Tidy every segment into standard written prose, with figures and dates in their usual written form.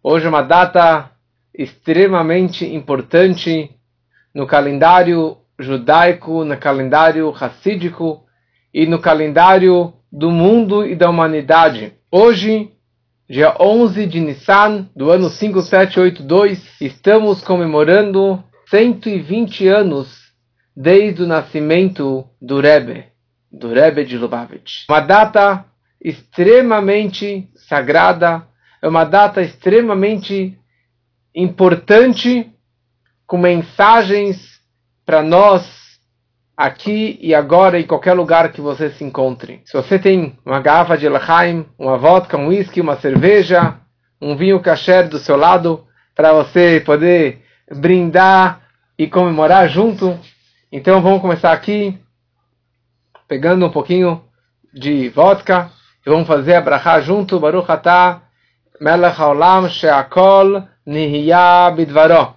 Hoje é uma data extremamente importante no calendário judaico, no calendário hassídico e no calendário do mundo e da humanidade. Hoje, dia 11 de Nissan, do ano 5782, estamos comemorando 120 anos desde o nascimento do Rebbe de Lubavitch. Uma data extremamente sagrada, é uma data extremamente importante, com mensagens para nós, aqui e agora, em qualquer lugar que você se encontre. Se você tem uma garrafa de L'chaim, uma vodka, um whisky, uma cerveja, um vinho kasher do seu lado, para você poder brindar e comemorar junto, então vamos começar aqui, pegando um pouquinho de vodka, e vamos fazer a brachá junto. Baruch atah melech haolam she'akol nihiya bidvaro.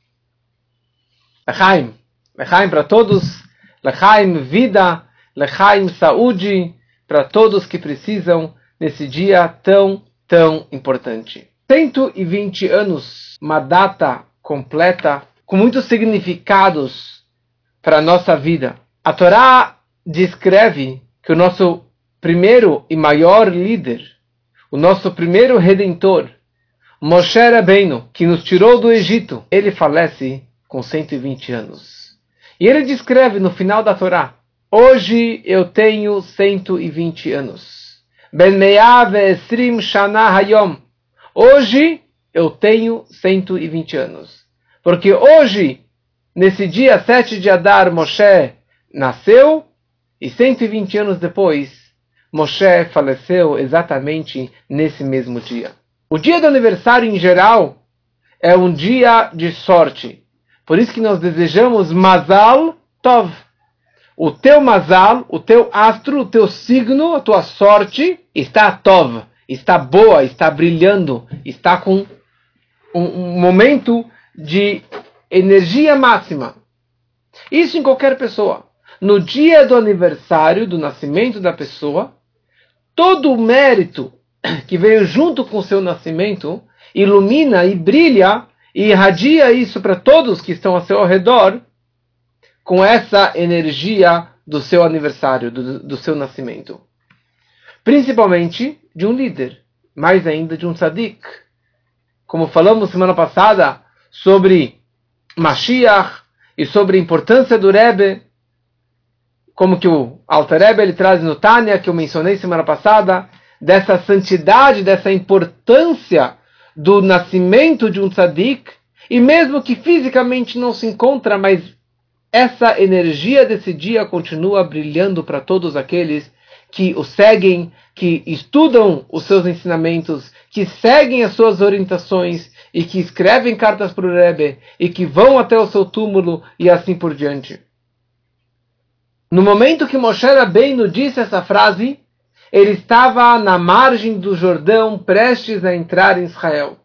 L'chaim. L'chaim para todos. L'chaim vida. L'chaim saúde. Para todos que precisam nesse dia tão importante. 120 anos. Uma data completa com muitos significados para a nossa vida. A Torá descreve que o nosso primeiro e maior líder, o nosso primeiro redentor, Moshe Rabbeinu, que nos tirou do Egito, ele falece com 120 anos. E ele descreve no final da Torá: hoje eu tenho 120 anos. Ben me'ah ve'esrim shana hayom. Hoje eu tenho 120 anos. Porque hoje, nesse dia 7 de Adar, Moshe nasceu, e 120 anos depois, Moshe faleceu exatamente nesse mesmo dia. O dia do aniversário, em geral, é um dia de sorte. Por isso que nós desejamos Mazal Tov. O teu Mazal, o teu astro, o teu signo, a tua sorte está Tov, está boa, está brilhando, está com um momento de energia máxima. Isso em qualquer pessoa. No dia do aniversário, do nascimento da pessoa, todo o mérito que veio junto com o seu nascimento ilumina e brilha e irradia isso para todos que estão ao seu redor com essa energia do seu aniversário, do seu nascimento. Principalmente de um líder, mais ainda de um tzadik. Como falamos semana passada sobre Mashiach e sobre a importância do Rebbe, como que o Alter Rebbe ele traz no Tânia, que eu mencionei semana passada, dessa santidade, dessa importância do nascimento de um tzadik, e mesmo que fisicamente não se encontra, mas essa energia desse dia continua brilhando para todos aqueles que o seguem, que estudam os seus ensinamentos, que seguem as suas orientações, e que escrevem cartas para o Rebbe, e que vão até o seu túmulo, e assim por diante. No momento que Moshe Rabbeinu disse essa frase, ele estava na margem do Jordão, prestes a entrar em Israel.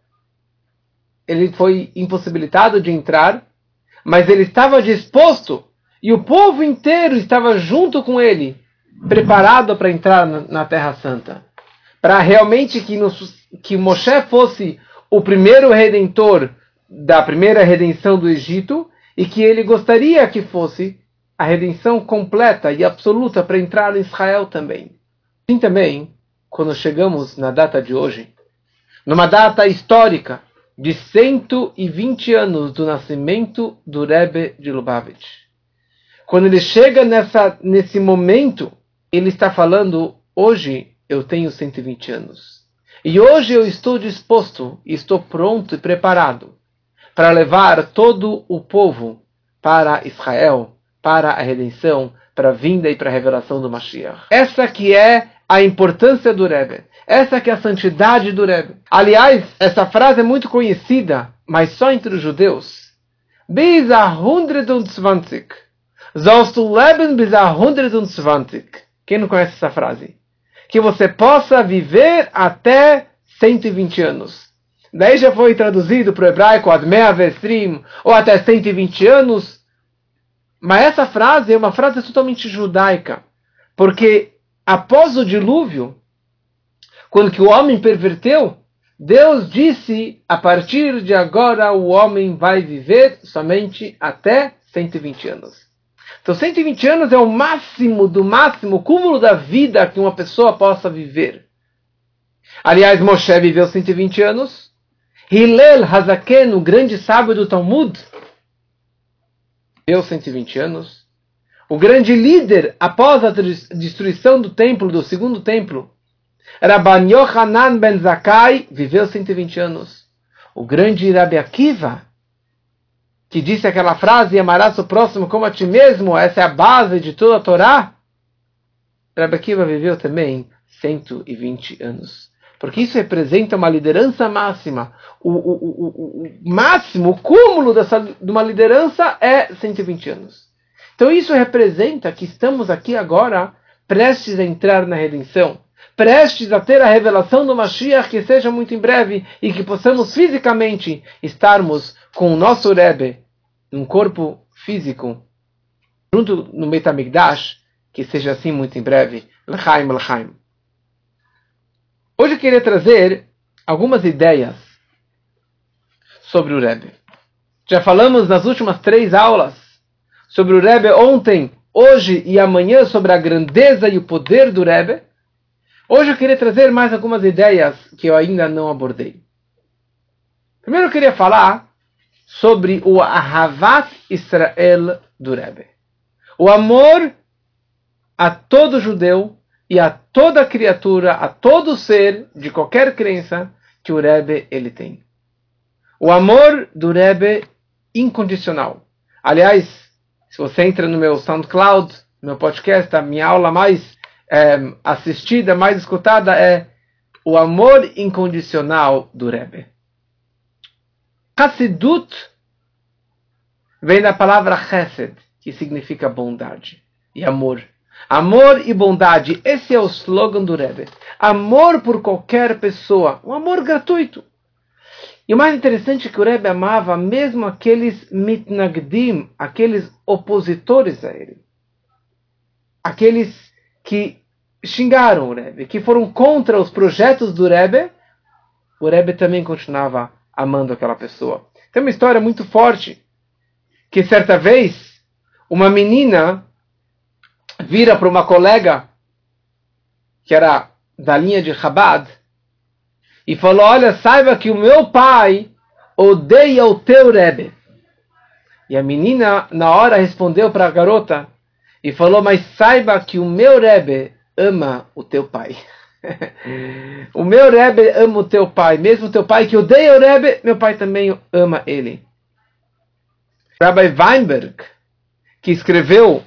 Ele foi impossibilitado de entrar, mas ele estava disposto, e o povo inteiro estava junto com ele, preparado para entrar na Terra Santa. Para realmente que Moshe fosse o primeiro redentor da primeira redenção do Egito, e que ele gostaria que fosse a redenção completa e absoluta para entrar em Israel também. Assim também, quando chegamos na data de hoje, numa data histórica de 120 anos do nascimento do Rebbe de Lubavitch. Quando ele chega nesse momento, ele está falando: hoje eu tenho 120 anos. E hoje eu estou disposto, estou pronto e preparado para levar todo o povo para Israel, para a redenção, para a vinda e para a revelação do Mashiach. Essa que é a importância do Rebbe. Essa que é a santidade do Rebbe. Aliás, essa frase é muito conhecida, mas só entre os judeus. Bis 120. Sollst du leben bis 120. Quem não conhece essa frase? Que você possa viver até 120 anos. Daí já foi traduzido para o hebraico ad mea vestrim, ou até 120 anos. Mas essa frase é uma frase totalmente judaica. Porque após o dilúvio, quando que o homem perverteu, Deus disse, a partir de agora o homem vai viver somente até 120 anos. Então 120 anos é o máximo do máximo, o cúmulo da vida que uma pessoa possa viver. Aliás, Moshe viveu 120 anos. Hillel Hazaken, o grande sábio do Talmud, viveu 120 anos. O grande líder, após a destruição do templo, do segundo templo, Rabban Yochanan ben Zakkai, viveu 120 anos. O grande Rabi Akiva, que disse aquela frase, amarás o próximo como a ti mesmo, essa é a base de toda a Torá, Rabi Akiva viveu também 120 anos. Porque isso representa uma liderança máxima. O máximo, o cúmulo de uma liderança é 120 anos. Então isso representa que estamos aqui agora prestes a entrar na redenção. Prestes a ter a revelação do Mashiach, que seja muito em breve, e que possamos fisicamente estarmos com o nosso Rebbe, num corpo físico, junto no Beit HaMikdash, que seja assim muito em breve. L'chaim, l'chaim. Hoje eu queria trazer algumas ideias sobre o Rebbe. Já falamos nas últimas 3 aulas sobre o Rebbe ontem, hoje e amanhã, sobre a grandeza e o poder do Rebbe. Hoje eu queria trazer mais algumas ideias que eu ainda não abordei. Primeiro eu queria falar sobre o Ahavat Israel do Rebbe. O amor a todo judeu e a toda criatura, a todo ser de qualquer crença que o Rebbe ele tem. O amor do Rebbe incondicional. Aliás, se você entra no meu SoundCloud, no meu podcast, a minha aula mais assistida, mais escutada é o amor incondicional do Rebbe. Hassidut vem da palavra chesed, que significa bondade e amor. Amor e bondade, esse é o slogan do Rebbe. Amor por qualquer pessoa, um amor gratuito. E o mais interessante é que o Rebbe amava mesmo aqueles mitnagdim, aqueles opositores a ele. Aqueles que xingaram o Rebbe, que foram contra os projetos do Rebbe, o Rebbe também continuava amando aquela pessoa. Tem uma história muito forte, que certa vez, uma menina vira para uma colega, que era da linha de Chabad, e falou, olha, saiba que o meu pai odeia o teu Rebbe. E a menina, na hora, respondeu para a garota, e falou, mas saiba que o meu Rebbe ama o teu pai. O meu Rebbe ama o teu pai. Mesmo o teu pai que odeia o Rebbe, meu pai também ama ele. Rabbi Weinberg, que escreveu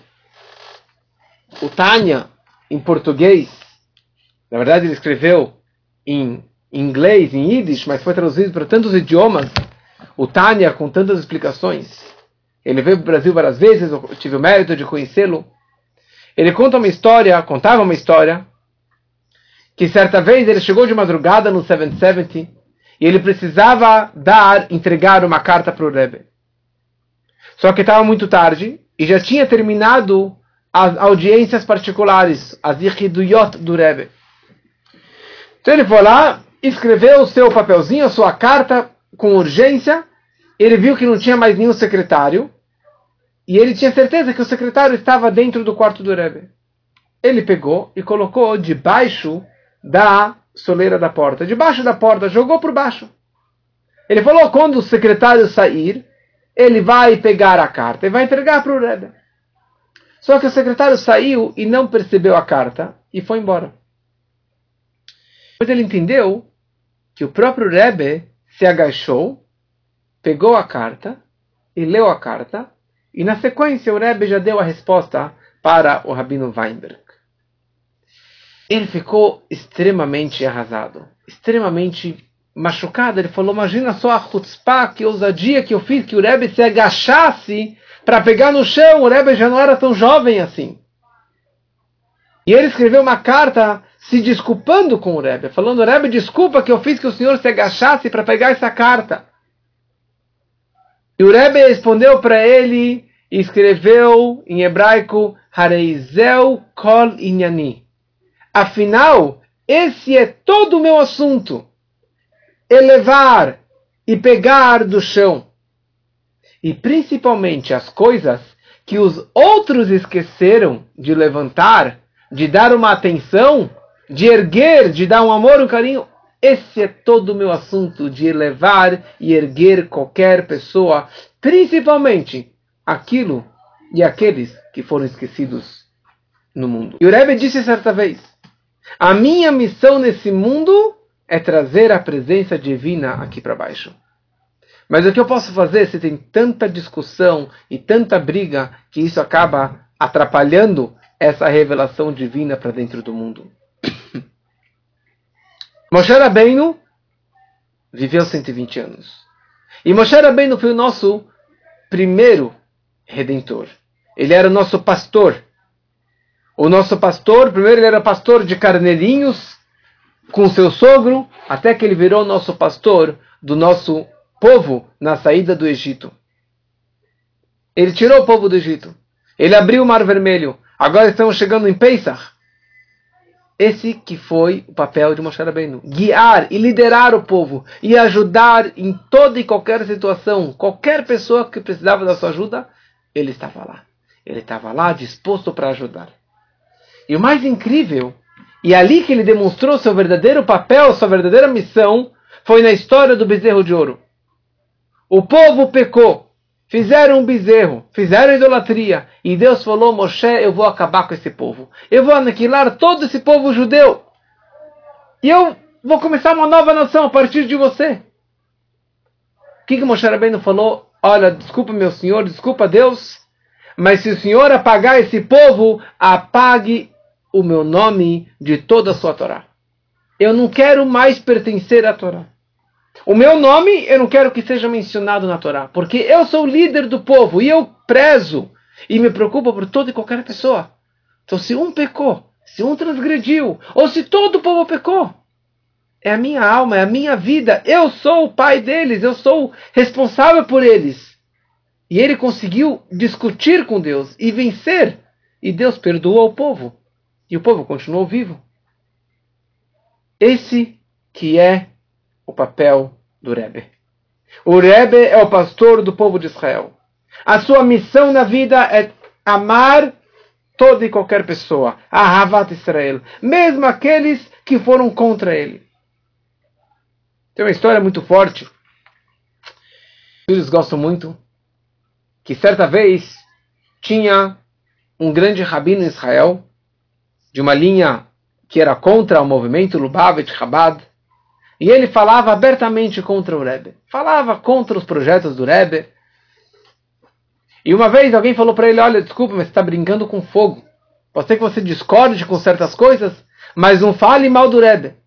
o Tanya em português, na verdade ele escreveu em inglês, em Yiddish, mas foi traduzido para tantos idiomas, o Tanya com tantas explicações. Ele veio para o Brasil várias vezes, eu tive o mérito de conhecê-lo. Ele contava uma história, que certa vez ele chegou de madrugada no 770 e ele precisava entregar uma carta para o Rebbe. Só que estava muito tarde e já tinha terminado as audiências particulares, as yichiduyot do Rebbe. Então ele foi lá, escreveu o seu papelzinho, a sua carta com urgência. Ele viu que não tinha mais nenhum secretário e ele tinha certeza que o secretário estava dentro do quarto do Rebbe. Ele pegou e colocou debaixo da soleira da porta. Debaixo da porta, jogou por baixo. Ele falou, quando o secretário sair, ele vai pegar a carta e vai entregar para o Rebbe. Só que o secretário saiu e não percebeu a carta e foi embora. Depois ele entendeu que o próprio Rebbe se agachou, pegou a carta e leu a carta, e na sequência o Rebbe já deu a resposta para o Rabino Weinberg. Ele ficou extremamente arrasado, extremamente machucado. Ele falou, imagina só a chutzpah, que ousadia que eu fiz, que o Rebbe se agachasse para pegar no chão. O Rebbe já não era tão jovem assim. E ele escreveu uma carta se desculpando com o Rebbe, falando, Rebbe, desculpa que eu fiz que o senhor se agachasse para pegar essa carta. E o Rebbe respondeu para ele e escreveu em hebraico, Hareizeu kol inyani. Afinal, esse é todo o meu assunto. elevar e pegar do chão. E principalmente as coisas que os outros esqueceram de levantar, de dar uma atenção, de erguer, de dar um amor, um carinho. Esse é todo o meu assunto, de elevar e erguer qualquer pessoa, principalmente aquilo e aqueles que foram esquecidos no mundo. E o Rebbe disse certa vez, a minha missão nesse mundo é trazer a presença divina aqui para baixo. Mas o que eu posso fazer se tem tanta discussão e tanta briga que isso acaba atrapalhando essa revelação divina para dentro do mundo? Moshe Rabbeinu viveu 120 anos. E Moshe Rabbeinu foi o nosso primeiro redentor. Ele era o nosso pastor. O nosso pastor, primeiro ele era pastor de carneirinhos com seu sogro, até que ele virou nosso pastor do nosso povo na saída do Egito. Ele tirou o povo do Egito. Ele abriu o Mar Vermelho. Agora estamos chegando em Pesach. Esse que foi o papel de Moshe Rabbeinu. Guiar e liderar o povo. E ajudar em toda e qualquer situação. Qualquer pessoa que precisava da sua ajuda, ele estava lá. Ele estava lá disposto para ajudar. E o mais incrível, e ali que ele demonstrou seu verdadeiro papel, sua verdadeira missão, foi na história do bezerro de ouro. O povo pecou. Fizeram um bezerro, fizeram idolatria, e Deus falou, Moshe, eu vou acabar com esse povo. Eu vou aniquilar todo esse povo judeu. E eu vou começar uma nova nação a partir de você. O que Moshe Rabbeinu falou? Olha, desculpa meu senhor, desculpa Deus, mas se o senhor apagar esse povo, apague o meu nome de toda a sua Torá. Eu não quero mais pertencer à Torá. O meu nome, eu não quero que seja mencionado na Torá, porque eu sou o líder do povo e eu prezo e me preocupo por toda e qualquer pessoa. Então, se um pecou, se um transgrediu, ou se todo o povo pecou, é a minha alma, é a minha vida, eu sou o pai deles, eu sou responsável por eles. E ele conseguiu discutir com Deus e vencer, e Deus perdoou o povo, e o povo continuou vivo. Esse que é o papel do Rebbe. O Rebbe é o pastor do povo de Israel. A sua missão na vida é amar toda e qualquer pessoa. Ahavat Israel. Mesmo aqueles que foram contra ele. Tem uma história muito forte. Os filhos gostam muito. Que certa vez tinha um grande rabino em Israel, de uma linha que era contra o movimento Lubavitch Chabad. E ele falava abertamente contra o Rebbe. Falava contra os projetos do Rebbe. E uma vez alguém falou para ele, olha, desculpa, mas você está brincando com fogo. Pode ser que você discorde com certas coisas, mas não fale mal do Rebbe.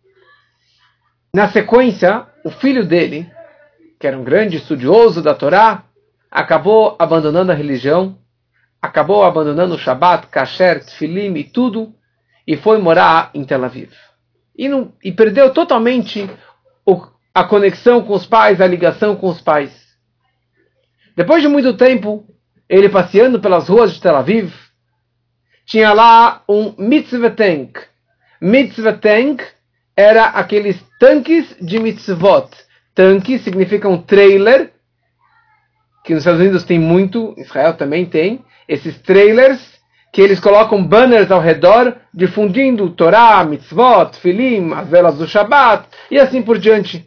Na sequência, o filho dele, que era um grande estudioso da Torá, acabou abandonando a religião, acabou abandonando o Shabat, Kasher, Tfilim e tudo, e foi morar em Tel Aviv. E perdeu totalmente a conexão com os pais, a ligação com os pais. Depois de muito tempo, ele passeando pelas ruas de Tel Aviv, tinha lá um mitzvah tank. Mitzvah tank era aqueles tanques de mitzvot. Tanque significa um trailer, que nos Estados Unidos tem muito, em Israel também tem, esses trailers, que eles colocam banners ao redor, difundindo Torá, mitzvot, filim, as velas do Shabat, e assim por diante.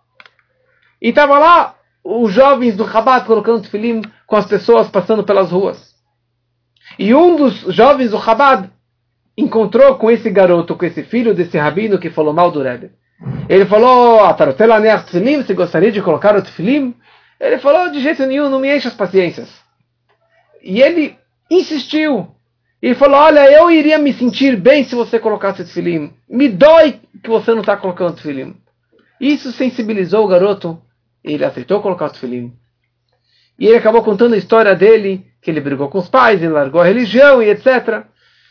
E estava lá os jovens do Chabad colocando filim com as pessoas passando pelas ruas. E um dos jovens do Chabad encontrou com esse garoto, com esse filho desse rabino que falou mal do Rebbe. Ele falou, você gostaria de colocar o tefilim? Ele falou, de jeito nenhum, não me enche as paciências. E ele insistiu. E falou, olha, eu iria me sentir bem se você colocasse tefilim. Me dói que você não está colocando tefilim. Isso sensibilizou o garoto. Ele aceitou colocar o tefilim. E ele acabou contando a história dele, que ele brigou com os pais, ele largou a religião e etc.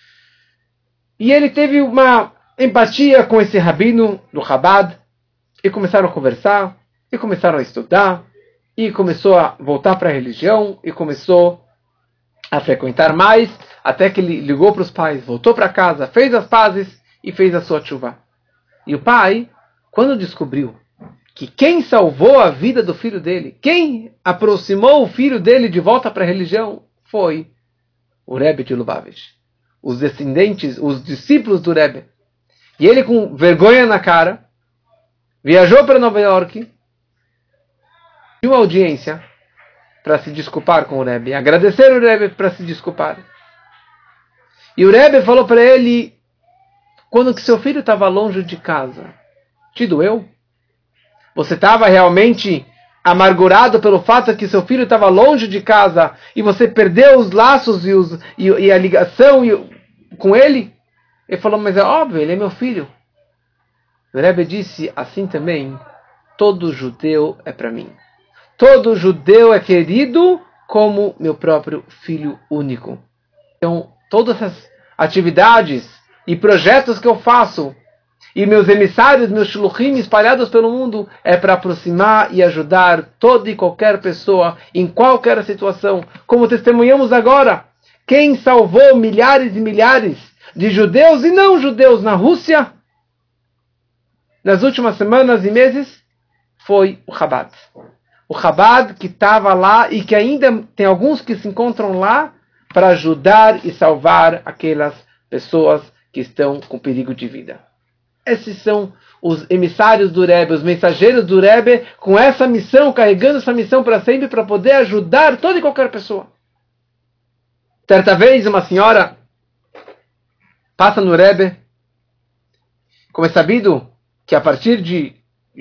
E ele teve uma empatia com esse rabino do Chabad. E começaram a conversar. E começaram a estudar. E começou a voltar para a religião. E começou a frequentar mais. Até que ele ligou para os pais, voltou para casa, fez as pazes e fez a sua tshuva. E o pai, quando descobriu que quem salvou a vida do filho dele, quem aproximou o filho dele de volta para a religião, foi o Rebbe de Lubavitch. Os descendentes, os discípulos do Rebbe. E ele, com vergonha na cara, viajou para Nova York, pediu uma audiência para se desculpar com o Rebbe, agradecer o Rebbe para se desculpar. E o Rebbe falou para ele, quando que seu filho estava longe de casa, te doeu? Você estava realmente amargurado pelo fato que seu filho estava longe de casa e você perdeu os laços e a ligação com ele? Ele falou, mas é óbvio, ele é meu filho. O Rebbe disse, assim também, todo judeu é para mim. Todo judeu é querido como meu próprio filho único. Então, todas essas atividades e projetos que eu faço, e meus emissários, meus shluchim espalhados pelo mundo, é para aproximar e ajudar toda e qualquer pessoa, em qualquer situação. Como testemunhamos agora, quem salvou milhares e milhares de judeus e não judeus na Rússia, nas últimas semanas e meses, foi o Chabad. O Chabad que estava lá e que ainda tem alguns que se encontram lá para ajudar e salvar aquelas pessoas que estão com perigo de vida. Esses são os emissários do Rebbe, os mensageiros do Rebbe, com essa missão, carregando essa missão para sempre, para poder ajudar toda e qualquer pessoa. Certa vez, uma senhora passa no Rebbe, como é sabido que a partir de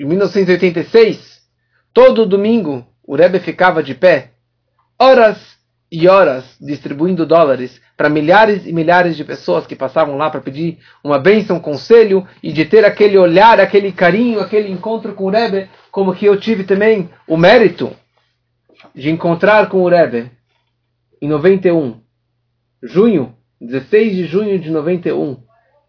1986, todo domingo, o Rebbe ficava de pé, horas e horas, distribuindo dólares para milhares e milhares de pessoas que passavam lá para pedir uma bênção, um conselho, e de ter aquele olhar, aquele carinho, aquele encontro com o Rebbe, como que eu tive também o mérito de encontrar com o Rebbe em 91, 16 de junho de 91,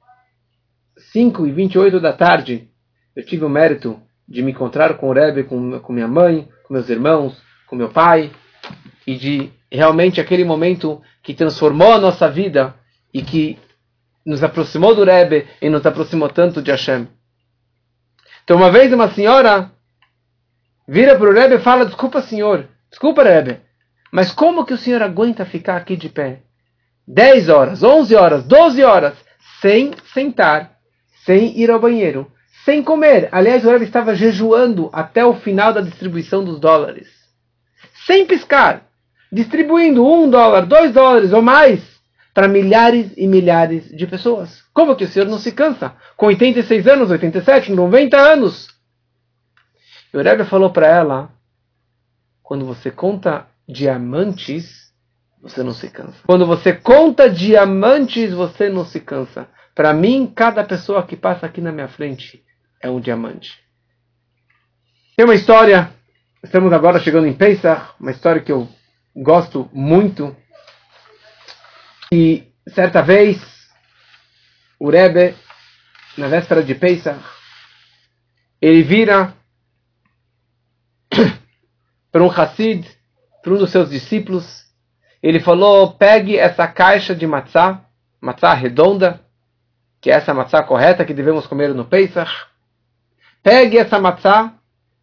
5h28 da tarde, eu tive o mérito de me encontrar com o Rebbe, com minha mãe, com meus irmãos, com meu pai, e de realmente aquele momento que transformou a nossa vida e que nos aproximou do Rebbe e nos aproximou tanto de Hashem. Então uma vez uma senhora vira para o Rebbe e fala, desculpa senhor, desculpa Rebbe, mas como que o senhor aguenta ficar aqui de pé 10 horas, 11 horas, 12 horas, sem sentar, sem ir ao banheiro, sem comer? Aliás, o Rebbe estava jejuando até o final da distribuição dos dólares, sem piscar, distribuindo $1, $2 ou mais para milhares e milhares de pessoas. Como que o senhor não se cansa? Com 86 anos, 87, 90 anos. E o Rebbe falou para ela, quando você conta diamantes, você não se cansa. Quando você conta diamantes, você não se cansa. Para mim, cada pessoa que passa aqui na minha frente é um diamante. Tem uma história, estamos agora chegando em Pesach, uma história que eu gosto muito. E certa vez, o Rebbe, na véspera de Pesach, ele vira para um Hassid, para um dos seus discípulos. Ele falou, pegue essa caixa de matzá, matzá redonda, que é essa matzá correta que devemos comer no Pesach. Pegue essa matzá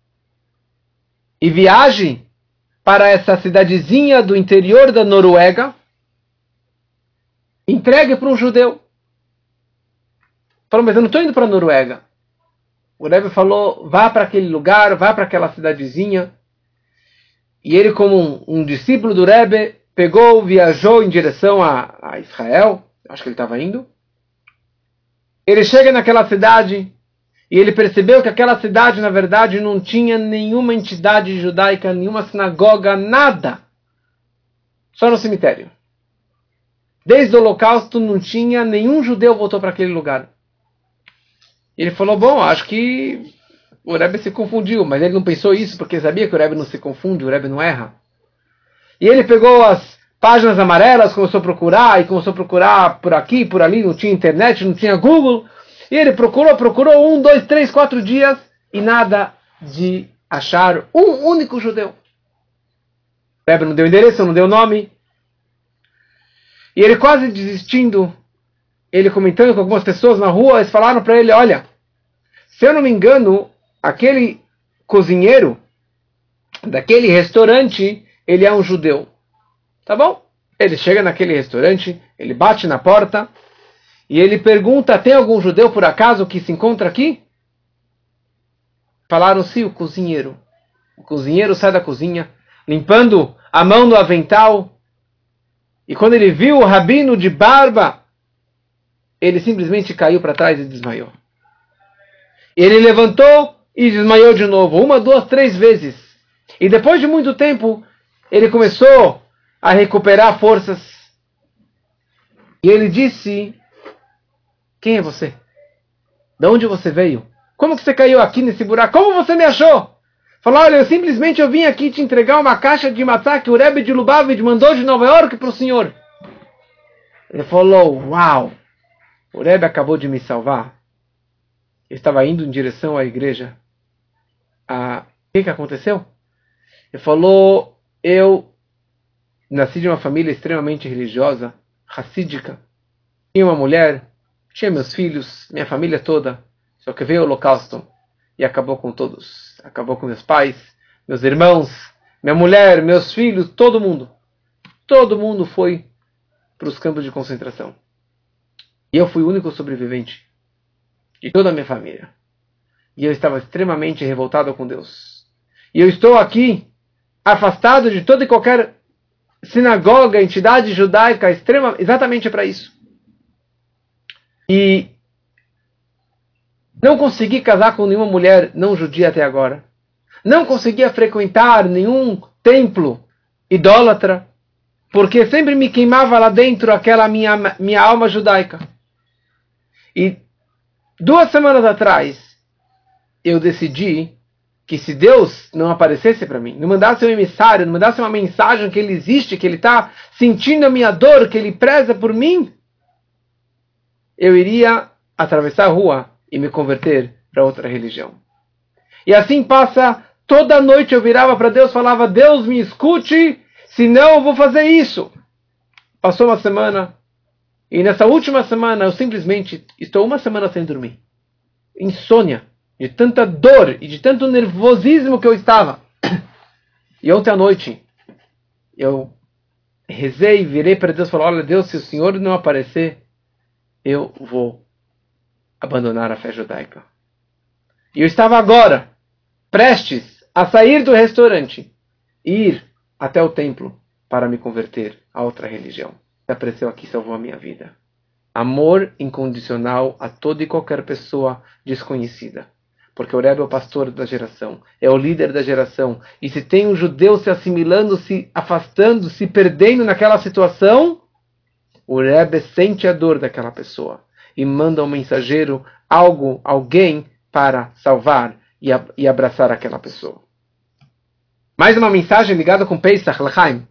e viaje para essa cidadezinha do interior da Noruega, entregue para um judeu. Falou, mas eu não estou indo para a Noruega. O Rebbe falou, vá para aquele lugar, vá para aquela cidadezinha. E ele, como um discípulo do Rebbe, pegou, viajou em direção a Israel, acho que ele estava indo. Ele chega naquela cidade e ele percebeu que aquela cidade, na verdade, não tinha nenhuma entidade judaica, nenhuma sinagoga, nada. Só no cemitério. Desde o Holocausto não tinha, nenhum judeu voltou para aquele lugar. Ele falou, bom, acho que o Rebbe se confundiu, mas ele não pensou isso porque sabia que o Rebbe não se confunde, o Rebbe não erra. E ele pegou as páginas amarelas, começou a procurar por aqui, por ali, não tinha internet, não tinha Google. E ele procurou 1, 2, 3, 4 dias e nada de achar um único judeu. O Rebbe não deu endereço, não deu nome. E ele quase desistindo, ele comentando com algumas pessoas na rua, eles falaram para ele, olha, se eu não me engano, aquele cozinheiro daquele restaurante, ele é um judeu. Tá bom? Ele chega naquele restaurante, ele bate na porta e ele pergunta, tem algum judeu por acaso que se encontra aqui? Falaram, sim, o cozinheiro. O cozinheiro sai da cozinha, limpando a mão no avental. E quando ele viu o rabino de barba, ele simplesmente caiu para trás e desmaiou. Ele levantou e desmaiou de novo, 1, 2, 3 vezes. E depois de muito tempo, ele começou a recuperar forças. E ele disse, quem é você? De onde você veio? Como que você caiu aqui nesse buraco? Como você me achou? Falou, olha, eu vim aqui te entregar uma caixa de matzá que o Rebbe de Lubavitch mandou de Nova York para o senhor. Ele falou, uau, o Rebbe acabou de me salvar. Eu estava indo em direção à igreja. O que aconteceu? Ele falou, eu nasci de uma família extremamente religiosa, racídica. Tinha uma mulher, tinha meus filhos, minha família toda. Só que veio o Holocausto e acabou com todos. Acabou com meus pais, meus irmãos, minha mulher, meus filhos, todo mundo. Todo mundo foi para os campos de concentração. E eu fui o único sobrevivente de toda a minha família. E eu estava extremamente revoltado com Deus. E eu estou aqui, afastado de toda e qualquer sinagoga, entidade judaica, exatamente para isso. E não consegui casar com nenhuma mulher não judia até agora. Não conseguia frequentar nenhum templo idólatra, porque sempre me queimava lá dentro aquela minha alma judaica. E 2 semanas atrás, eu decidi que se Deus não aparecesse para mim, não mandasse um emissário, não mandasse uma mensagem que Ele existe, que Ele está sentindo a minha dor, que Ele preza por mim, eu iria atravessar a rua e me converter para outra religião. E assim passa, toda noite eu virava para Deus, falava, Deus me escute, senão eu vou fazer isso. Passou uma semana, e nessa última semana eu simplesmente estou 1 semana sem dormir. Insônia, de tanta dor e de tanto nervosismo que eu estava. E ontem à noite, eu rezei, virei para Deus e falei, olha Deus, se o Senhor não aparecer, eu vou abandonar a fé judaica. E eu estava agora, prestes a sair do restaurante e ir até o templo para me converter a outra religião. Ele apareceu aqui e salvou a minha vida. Amor incondicional a toda e qualquer pessoa desconhecida. Porque o Rebbe é o pastor da geração, é o líder da geração. E se tem um judeu se assimilando, se afastando, se perdendo naquela situação, o Rebbe sente a dor daquela pessoa e manda um mensageiro, alguém para salvar e abraçar aquela pessoa. Mais uma mensagem ligada com Pesach, L'chaim.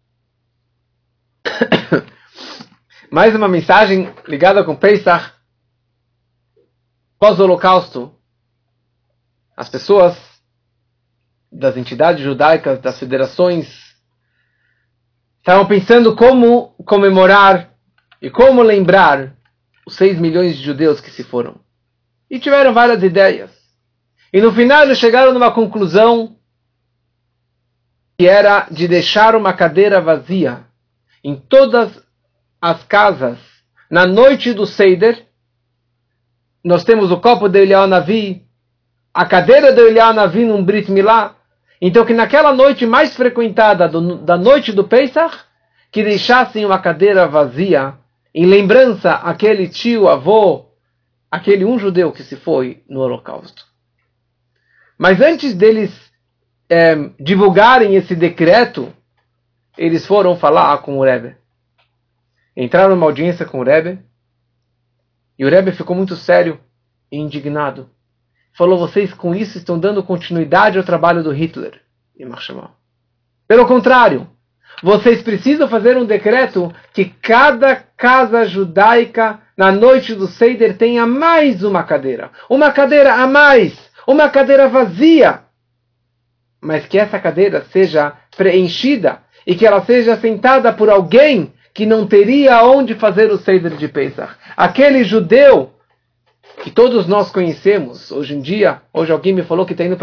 Mais uma mensagem ligada com Pesach. Pós-Holocausto, as pessoas das entidades judaicas, das federações, estavam pensando como comemorar e como lembrar os 6 milhões de judeus que se foram. E tiveram várias ideias. E no final eles chegaram numa conclusão que era de deixar uma cadeira vazia em todas as casas. Na noite do Seder, nós temos o copo de Eliyahu Navi, a cadeira de Eliyahu Navi num Brit Milá. Então que naquela noite mais frequentada da noite do Pesach, que deixassem uma cadeira vazia em lembrança àquele tio, avô, aquele um judeu que se foi no Holocausto. Mas antes deles divulgarem esse decreto, eles foram falar com o Rebbe. Entraram numa audiência com o Rebbe, e o Rebbe ficou muito sério e indignado. Falou, vocês com isso estão dando continuidade ao trabalho do Hitler. Pelo contrário, vocês precisam fazer um decreto que cada casa judaica, na noite do Seder, tenha mais uma cadeira a mais, uma cadeira vazia, mas que essa cadeira seja preenchida e que ela seja sentada por alguém que não teria onde fazer o Seder de Pesach. Aquele judeu que todos nós conhecemos, hoje em dia, hoje alguém me falou que está indo para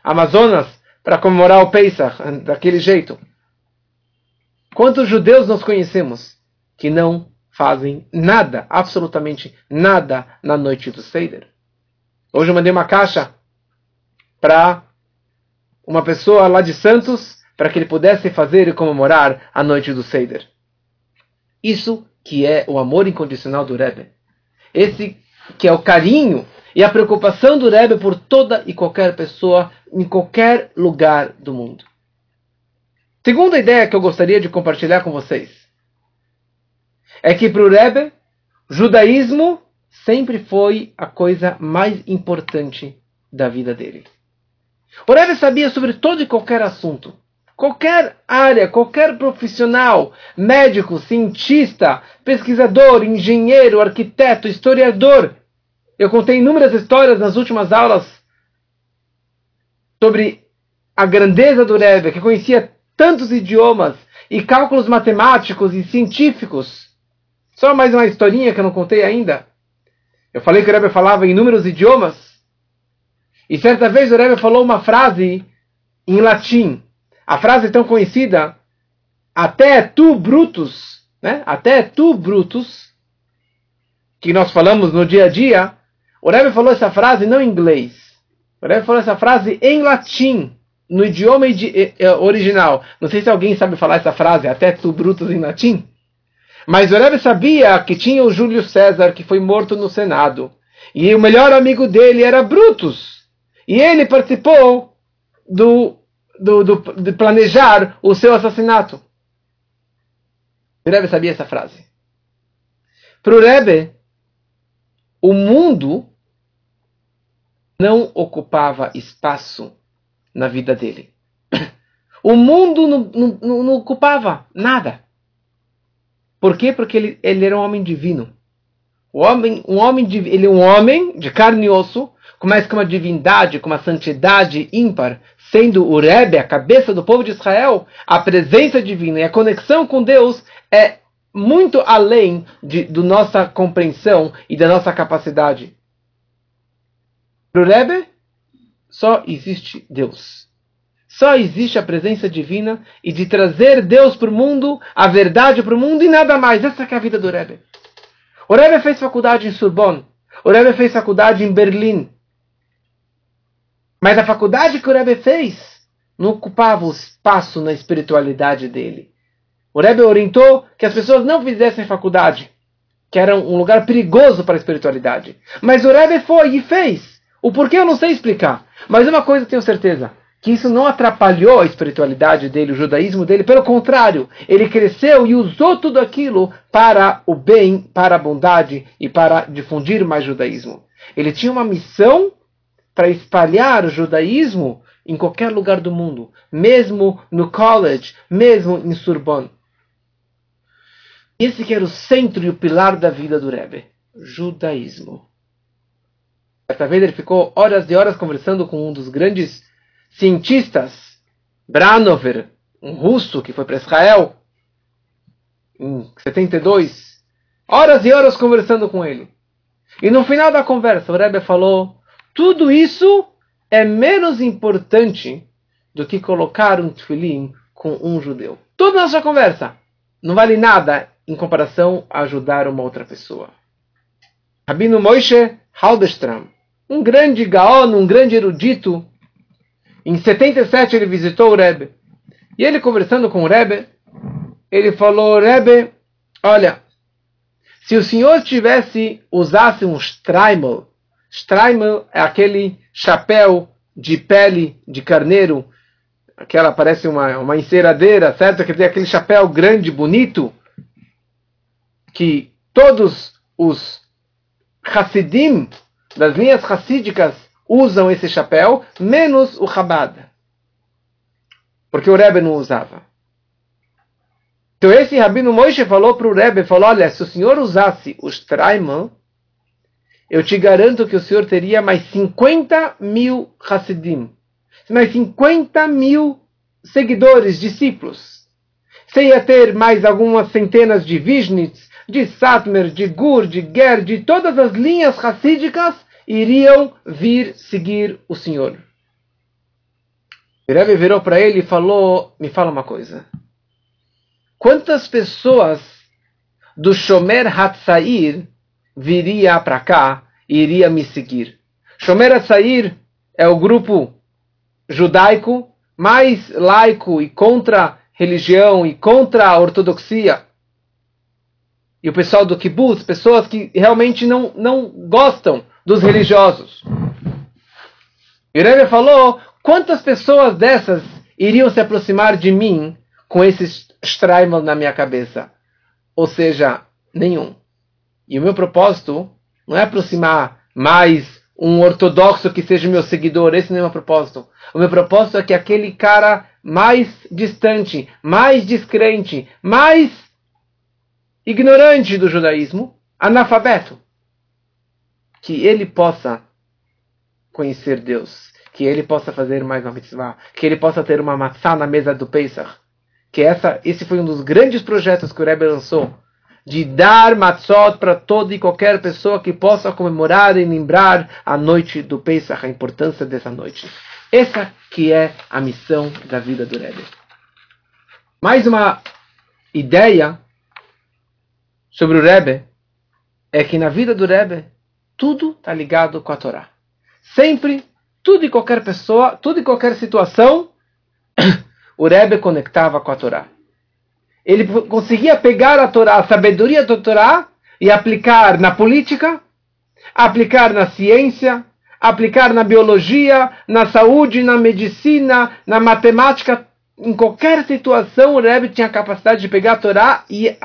Amazonas para comemorar o Pesach daquele jeito. Quantos judeus nós conhecemos que não fazem nada, absolutamente nada, na noite do Seder? Hoje eu mandei uma caixa para uma pessoa lá de Santos para que ele pudesse fazer e comemorar a noite do Seder. Isso que é o amor incondicional do Rebbe. Esse que é o carinho e a preocupação do Rebbe por toda e qualquer pessoa em qualquer lugar do mundo. Segunda ideia que eu gostaria de compartilhar com vocês é que para o Rebbe, judaísmo sempre foi a coisa mais importante da vida dele. O Rebbe sabia sobre todo e qualquer assunto. Qualquer área, qualquer profissional, médico, cientista, pesquisador, engenheiro, arquiteto, historiador. Eu contei inúmeras histórias nas últimas aulas sobre a grandeza do Rebbe, que conhecia tantos idiomas e cálculos matemáticos e científicos. Só mais uma historinha que eu não contei ainda. Eu falei que o Rebbe falava em inúmeros idiomas. E certa vez o Rebbe falou uma frase em latim. A frase tão conhecida, até tu, Brutus, né? Até tu, Brutus, que nós falamos no dia a dia, o Rebbe falou essa frase não em inglês. O Rebbe falou essa frase em latim, no idioma original. Não sei se alguém sabe falar essa frase, até tu, Brutus, em latim. Mas o Rebbe sabia que tinha o Júlio César, que foi morto no Senado. E o melhor amigo dele era Brutus. E ele participou de planejar o seu assassinato. O Rebbe sabia essa frase. Para o Rebbe, o mundo não ocupava espaço na vida dele. O mundo não ocupava nada. Por quê? Porque ele era um homem divino. Ele é um homem de carne e osso, mas com uma divindade, com uma santidade ímpar, sendo o Rebbe, a cabeça do povo de Israel, a presença divina e a conexão com Deus é muito além da nossa compreensão e da nossa capacidade. Para o Rebbe, só existe Deus. Só existe a presença divina e de trazer Deus para o mundo, a verdade para o mundo e nada mais. Essa que é a vida do Rebbe. O Rebbe fez faculdade em Sorbonne. O Rebbe fez faculdade em Berlim. Mas a faculdade que o Rebbe fez não ocupava o espaço na espiritualidade dele. O Rebbe orientou que as pessoas não fizessem faculdade, que era um lugar perigoso para a espiritualidade. Mas o Rebbe foi e fez. O porquê eu não sei explicar. Mas uma coisa eu tenho certeza, que isso não atrapalhou a espiritualidade dele, o judaísmo dele. Pelo contrário, ele cresceu e usou tudo aquilo para o bem, para a bondade e para difundir mais judaísmo. Ele tinha uma missão para espalhar o judaísmo em qualquer lugar do mundo, mesmo no college, mesmo em Sorbonne. Esse que era o centro e o pilar da vida do Rebbe, judaísmo. Certa vez ele ficou horas e horas conversando com um dos grandes cientistas, Branover, um russo que foi para Israel em 72, horas e horas conversando com ele. E no final da conversa o Rebbe falou: tudo isso é menos importante do que colocar um tefilim com um judeu. Toda a nossa conversa não vale nada em comparação a ajudar uma outra pessoa. Rabino Moshe Halberstram, um grande gaon, um grande erudito, em 77 ele visitou o Rebbe. E ele conversando com o Rebbe, ele falou: Rebbe, olha, se o senhor usasse um shtreimel é aquele chapéu de pele de carneiro, aquela parece uma enceradeira, certo? Quer dizer, aquele chapéu grande, bonito, que todos os Hassidim, das linhas hassídicas, usam esse chapéu, menos o Chabad. Porque o Rebbe não usava. Então esse Rabino Moshe falou para o Rebbe, olha, se o senhor usasse o shtreimel, eu te garanto que o senhor teria mais 50 mil Hassidim, mais 50 mil seguidores, discípulos. Você ia ter mais algumas centenas de Vishnitz, de Satmer, de Gur, de Ger, de todas as linhas hassídicas iriam vir seguir o senhor. O Rebbe virou para ele e falou, me fala uma coisa. Quantas pessoas do Shomer Hatzair viria para cá e iria me seguir? Shomer Hatzair é o grupo judaico mais laico e contra religião e contra a ortodoxia. E o pessoal do kibbutz, pessoas que realmente não gostam dos religiosos. E o Rebbe falou, quantas pessoas dessas iriam se aproximar de mim com esse Streimel na minha cabeça? Ou seja, nenhum. E o meu propósito não é aproximar mais um ortodoxo que seja meu seguidor. Esse não é o meu propósito. O meu propósito é que aquele cara mais distante, mais descrente, mais ignorante do judaísmo, analfabeto, que ele possa conhecer Deus, que ele possa fazer mais uma mitzvah, que ele possa ter uma matzah na mesa do Pesach. Que esse foi um dos grandes projetos que o Rebbe lançou, de dar matzot para toda e qualquer pessoa que possa comemorar e lembrar a noite do Pesach, a importância dessa noite. Essa que é a missão da vida do Rebbe. Mais uma ideia sobre o Rebbe é que na vida do Rebbe tudo está ligado com a Torá. Sempre, tudo e qualquer pessoa, tudo e qualquer situação, o Rebbe conectava com a Torá. Ele conseguia pegar a Torá, a sabedoria da Torá, e aplicar na política, aplicar na ciência, aplicar na biologia, na saúde, na medicina, na matemática. Em qualquer situação, o Rebbe tinha a capacidade de pegar a Torá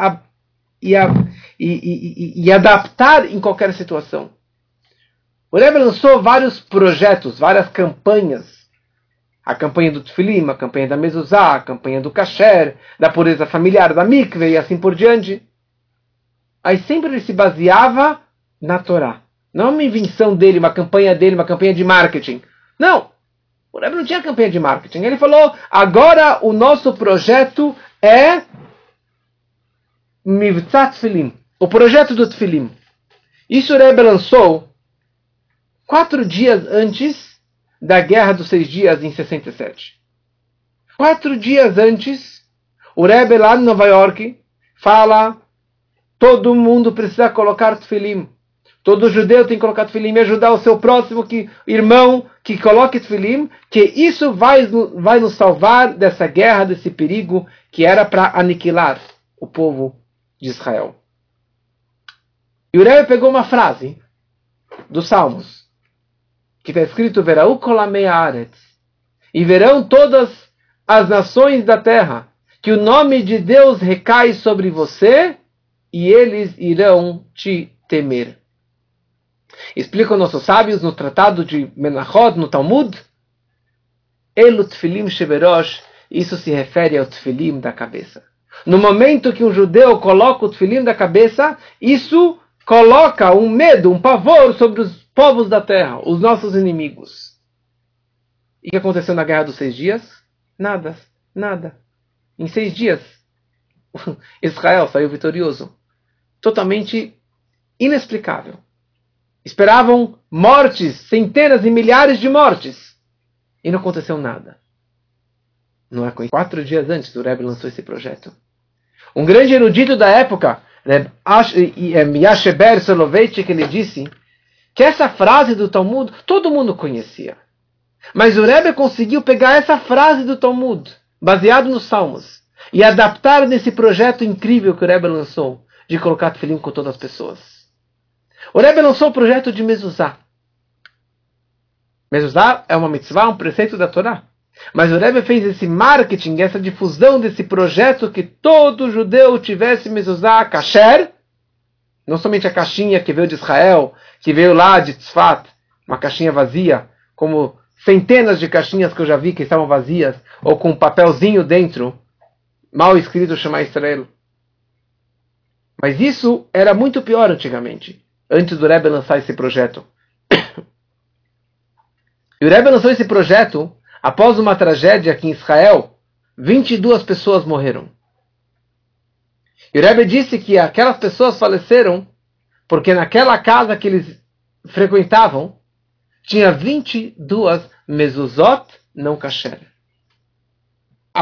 e adaptar em qualquer situação. O Rebbe lançou vários projetos, várias campanhas. A campanha do Tfilim, a campanha da Mezuzá, a campanha do Kasher, da pureza familiar, da Mikve e assim por diante. Aí sempre ele se baseava na Torá. Não uma invenção dele, uma campanha de marketing. Não! O Rebbe não tinha campanha de marketing. Ele falou, agora o nosso projeto é Mivtza Tfilim. O projeto do Tfilim. Isso o Rebbe lançou 4 dias antes da Guerra dos 6 Dias, em 67. 4 dias antes, o Rebbe lá em Nova York fala, todo mundo precisa colocar tefilim. Todo judeu tem que colocar tefilim e ajudar o seu próximo irmão que coloque tefilim, que isso vai nos salvar dessa guerra, desse perigo que era para aniquilar o povo de Israel. E o Rebbe pegou uma frase dos Salmos, que está escrito, Verau kolamei haaretz, e verão todas as nações da terra, que o nome de Deus recai sobre você, e eles irão te temer. Explicam nossos sábios no tratado de Menachot, no Talmud, Elu tfilim sheberosh, isso se refere ao tfilim da cabeça. No momento que um judeu coloca o tfilim da cabeça, isso coloca um medo, um pavor sobre os povos da terra, os nossos inimigos. E o que aconteceu na Guerra dos 6 Dias? Nada. Em 6 dias, Israel saiu vitorioso. Totalmente inexplicável. Esperavam mortes, centenas e milhares de mortes. E não aconteceu nada. Não é 4 dias antes, o Rebbe lançou esse projeto. Um grande erudito da época, Yasheber Soloveitchik, ele disse que essa frase do Talmud todo mundo conhecia. Mas o Rebbe conseguiu pegar essa frase do Talmud, baseado nos Salmos, e adaptar nesse projeto incrível que o Rebbe lançou, de colocar tefilim com todas as pessoas. O Rebbe lançou o projeto de Mezuzá. Mezuzá é uma mitzvah, um preceito da Torá. Mas o Rebbe fez esse marketing, essa difusão desse projeto que todo judeu tivesse Mezuzá kasher, não somente a caixinha que veio de Israel, que veio lá de Tzfat, uma caixinha vazia, como centenas de caixinhas que eu já vi que estavam vazias, ou com um papelzinho dentro, mal escrito Shema Israel. Mas isso era muito pior antigamente, antes do Rebbe lançar esse projeto. E o Rebbe lançou esse projeto após uma tragédia aqui em Israel, 22 pessoas morreram. E o Rebbe disse que aquelas pessoas faleceram porque naquela casa que eles frequentavam tinha 22 mezuzot não kasher.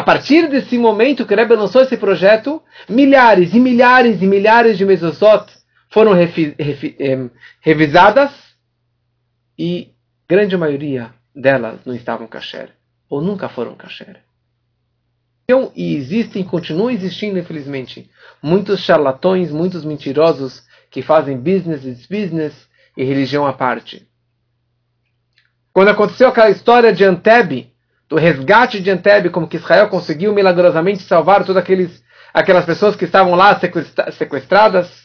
a partir desse momento que o Rebbe lançou esse projeto, milhares e milhares e milhares de mezuzot foram revisadas e grande maioria delas não estavam kasher, ou nunca foram kasher. Então, e existem, continuam existindo, infelizmente, muitos charlatões, muitos mentirosos que fazem business is business e religião à parte. Quando aconteceu aquela história de Anteb, do resgate de Anteb, como que Israel conseguiu milagrosamente salvar todas aquelas pessoas que estavam lá sequestradas,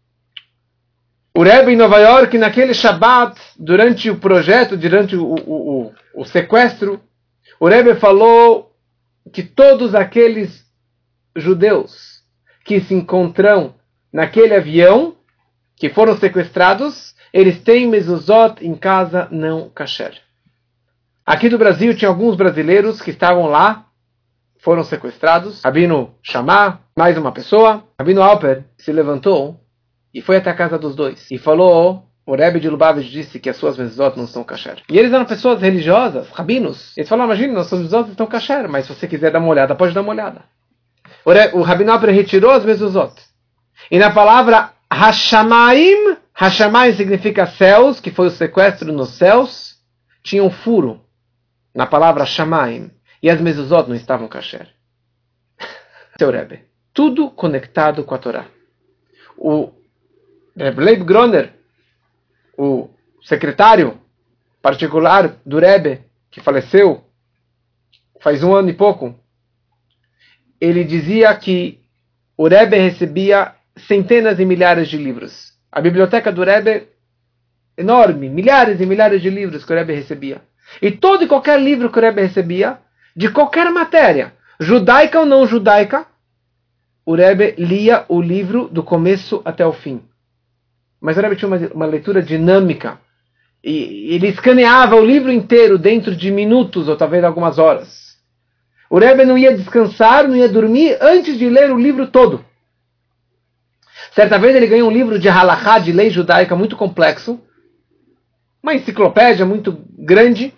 o Rebbe em Nova York, naquele Shabbat, durante o projeto, durante o sequestro, o Rebbe falou que todos aqueles judeus que se encontram naquele avião, que foram sequestrados, eles têm mezuzot em casa não kasher. Aqui do Brasil tinha alguns brasileiros que estavam lá, foram sequestrados. Rabino Shammah, mais uma pessoa. Rabino Alper se levantou e foi até a casa dos dois. E falou, o Rebbe de Lubavitch disse que as suas mezuzot não estão kasher. E eles eram pessoas religiosas, rabinos. Eles falaram, imagina, nossas mezuzot estão kasher, mas se você quiser dar uma olhada, pode dar uma olhada. O Rabino Alper retirou as mezuzot. E na palavra Hashamayim, Hashamayim significa céus, que foi o sequestro nos céus, tinha um furo na palavra Shamayim, e as mezuzot não estavam kasher. Seu Rebbe, tudo conectado com a Torá. O Rebbe Leib Groner, o secretário particular do Rebbe, que faleceu faz 1 ano e pouco, ele dizia que o Rebbe recebia centenas e milhares de livros. A biblioteca do Rebbe, enorme, milhares e milhares de livros que o Rebbe recebia. E todo e qualquer livro que o Rebbe recebia, de qualquer matéria, judaica ou não judaica, o Rebbe lia o livro do começo até o fim. Mas o Rebbe tinha uma leitura dinâmica. E ele escaneava o livro inteiro dentro de minutos ou talvez algumas horas. O Rebbe não ia descansar, não ia dormir antes de ler o livro todo. Certa vez ele ganhou um livro de halachá, de lei judaica, muito complexo. Uma enciclopédia muito grande.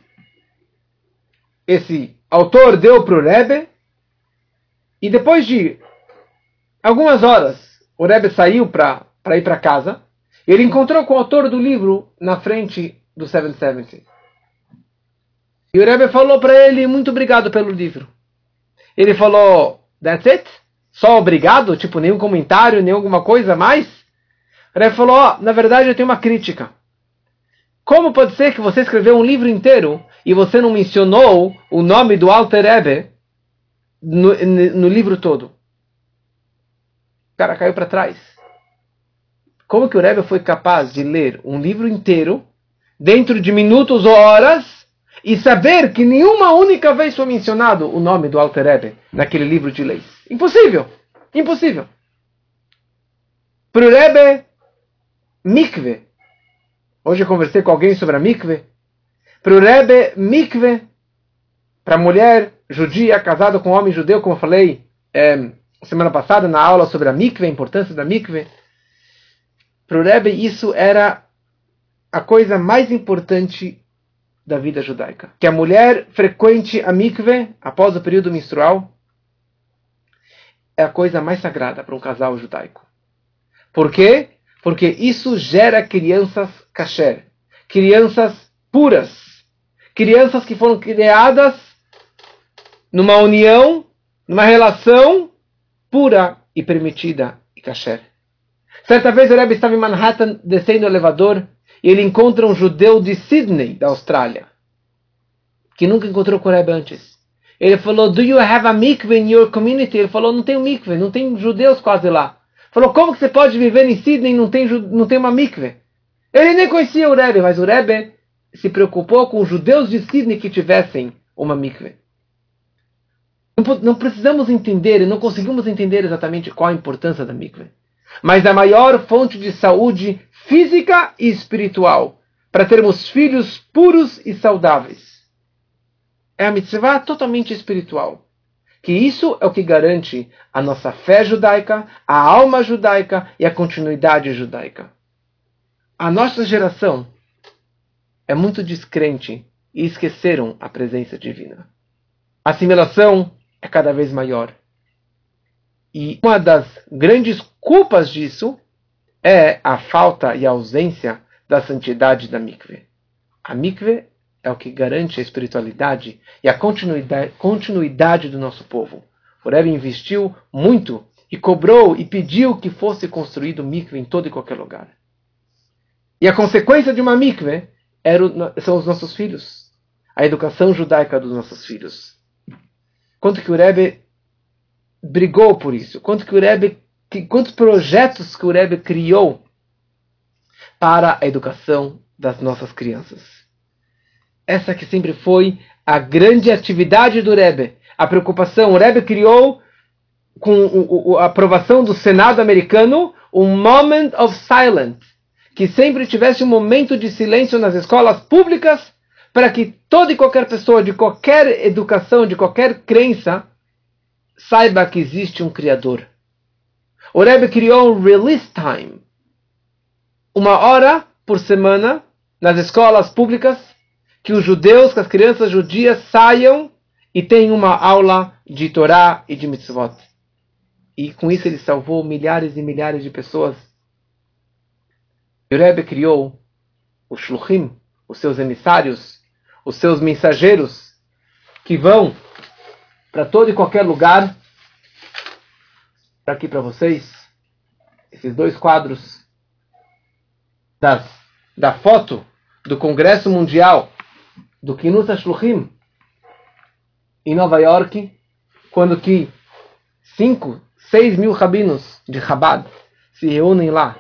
Esse autor deu para o Rebbe. E depois de algumas horas, o Rebbe saiu para ir para casa. Ele encontrou com o autor do livro na frente do 770. E o Rebbe falou para ele, muito obrigado pelo livro. Ele falou, that's it? Só obrigado? Tipo, nenhum comentário, nem alguma coisa a mais? O Rebbe falou, na verdade eu tenho uma crítica. Como pode ser que você escreveu um livro inteiro e você não mencionou o nome do Alter Rebbe no livro todo? O cara caiu para trás. Como que o Rebbe foi capaz de ler um livro inteiro, dentro de minutos ou horas, e saber que nenhuma única vez foi mencionado o nome do Alter Rebbe naquele livro de leis? Impossível! Impossível! Para o Rebbe, mikve. Hoje eu conversei com alguém sobre a mikve. Para o Rebbe, mikve, para a mulher judia casada com um homem judeu, como eu falei semana passada na aula sobre a mikve, a importância da mikve. Para o Rebbe, isso era a coisa mais importante da vida judaica. Que a mulher frequente a mikve após o período menstrual é a coisa mais sagrada para um casal judaico. Por quê? Porque isso gera crianças kasher, crianças puras, crianças que foram criadas numa união, numa relação pura e permitida e kasher. Certa vez o Rebbe estava em Manhattan, descendo o elevador, e ele encontra um judeu de Sydney, da Austrália, que nunca encontrou com o Rebbe antes. Ele falou, do you have a mikveh in your community? Ele falou, não tem um mikveh, não tem judeus quase lá. Falou, como que você pode viver em Sydney e não tem uma mikveh? Ele nem conhecia o Rebbe, mas o Rebbe se preocupou com os judeus de Sydney que tivessem uma mikveh. Não precisamos entender, e não conseguimos entender exatamente qual a importância da mikveh. Mas a maior fonte de saúde física e espiritual para termos filhos puros e saudáveis é a mitzvah totalmente espiritual. Que isso é o que garante a nossa fé judaica, a alma judaica e a continuidade judaica. A nossa geração é muito descrente e esqueceram a presença divina. A assimilação é cada vez maior. E uma das grandes culpas disso é a falta e a ausência da santidade da mikve. A mikve é o que garante a espiritualidade e a continuidade do nosso povo. O Rebbe investiu muito e cobrou e pediu que fosse construído mikve em todo e qualquer lugar. E a consequência de uma mikve são os nossos filhos. A educação judaica dos nossos filhos. Quanto que o Rebbe brigou por isso? Quantos projetos que o Rebbe criou para a educação das nossas crianças? Essa que sempre foi a grande atividade do Rebbe. A preocupação. O Rebbe criou, com a aprovação do Senado americano, um Moment of Silence. Que sempre tivesse um momento de silêncio nas escolas públicas, para que toda e qualquer pessoa, de qualquer educação, de qualquer crença, saiba que existe um Criador. O Rebbe criou um release time. 1 hora por semana, nas escolas públicas, que os judeus, que as crianças judias saiam e tenham uma aula de Torá e de mitzvot. E com isso ele salvou milhares e milhares de pessoas. O Rebbe criou os shluchim, os seus emissários, os seus mensageiros, que vão para todo e qualquer lugar. Está aqui para vocês esses 2 quadros da foto do Congresso Mundial do Kinus HaShluchim em Nova York, quando que 5, 6 mil rabinos de Chabad se reúnem lá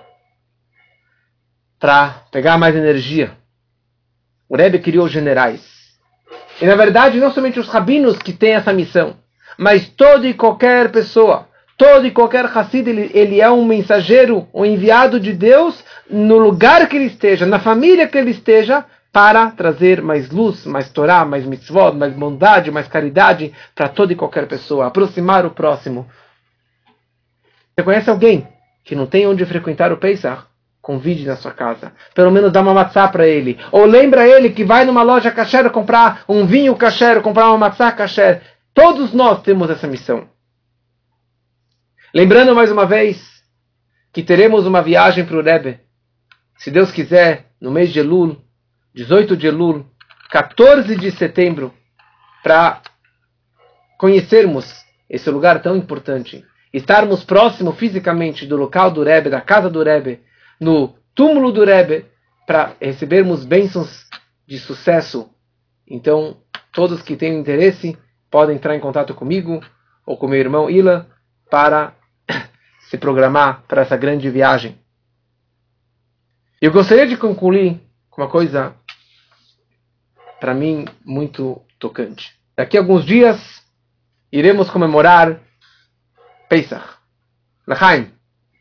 para pegar mais energia. O Rebbe criou generais. E na verdade, não somente os rabinos que têm essa missão, mas toda e qualquer pessoa, todo e qualquer Hassid, ele é um mensageiro, um enviado de Deus no lugar que ele esteja, na família que ele esteja, para trazer mais luz, mais Torá, mais mitzvot, mais bondade, mais caridade para toda e qualquer pessoa, aproximar o próximo. Você conhece alguém que não tem onde frequentar o Pesach? Convide na sua casa. Pelo menos dá uma matzá para ele. Ou lembra ele que vai numa loja kasher comprar um vinho kasher, comprar uma matzá kasher. Todos nós temos essa missão. Lembrando mais uma vez que teremos uma viagem para o Rebbe, se Deus quiser, no mês de Elul, 18 de Elul, 14 de setembro, para conhecermos esse lugar tão importante, estarmos próximos fisicamente do local do Rebbe, da casa do Rebbe, no túmulo do Rebbe, para recebermos bênçãos de sucesso. Então, todos que têm interesse podem entrar em contato comigo ou com meu irmão Ila para se programar para essa grande viagem. Eu gostaria de concluir com uma coisa, para mim, muito tocante. Daqui a alguns dias, iremos comemorar Pesach, L'chaim.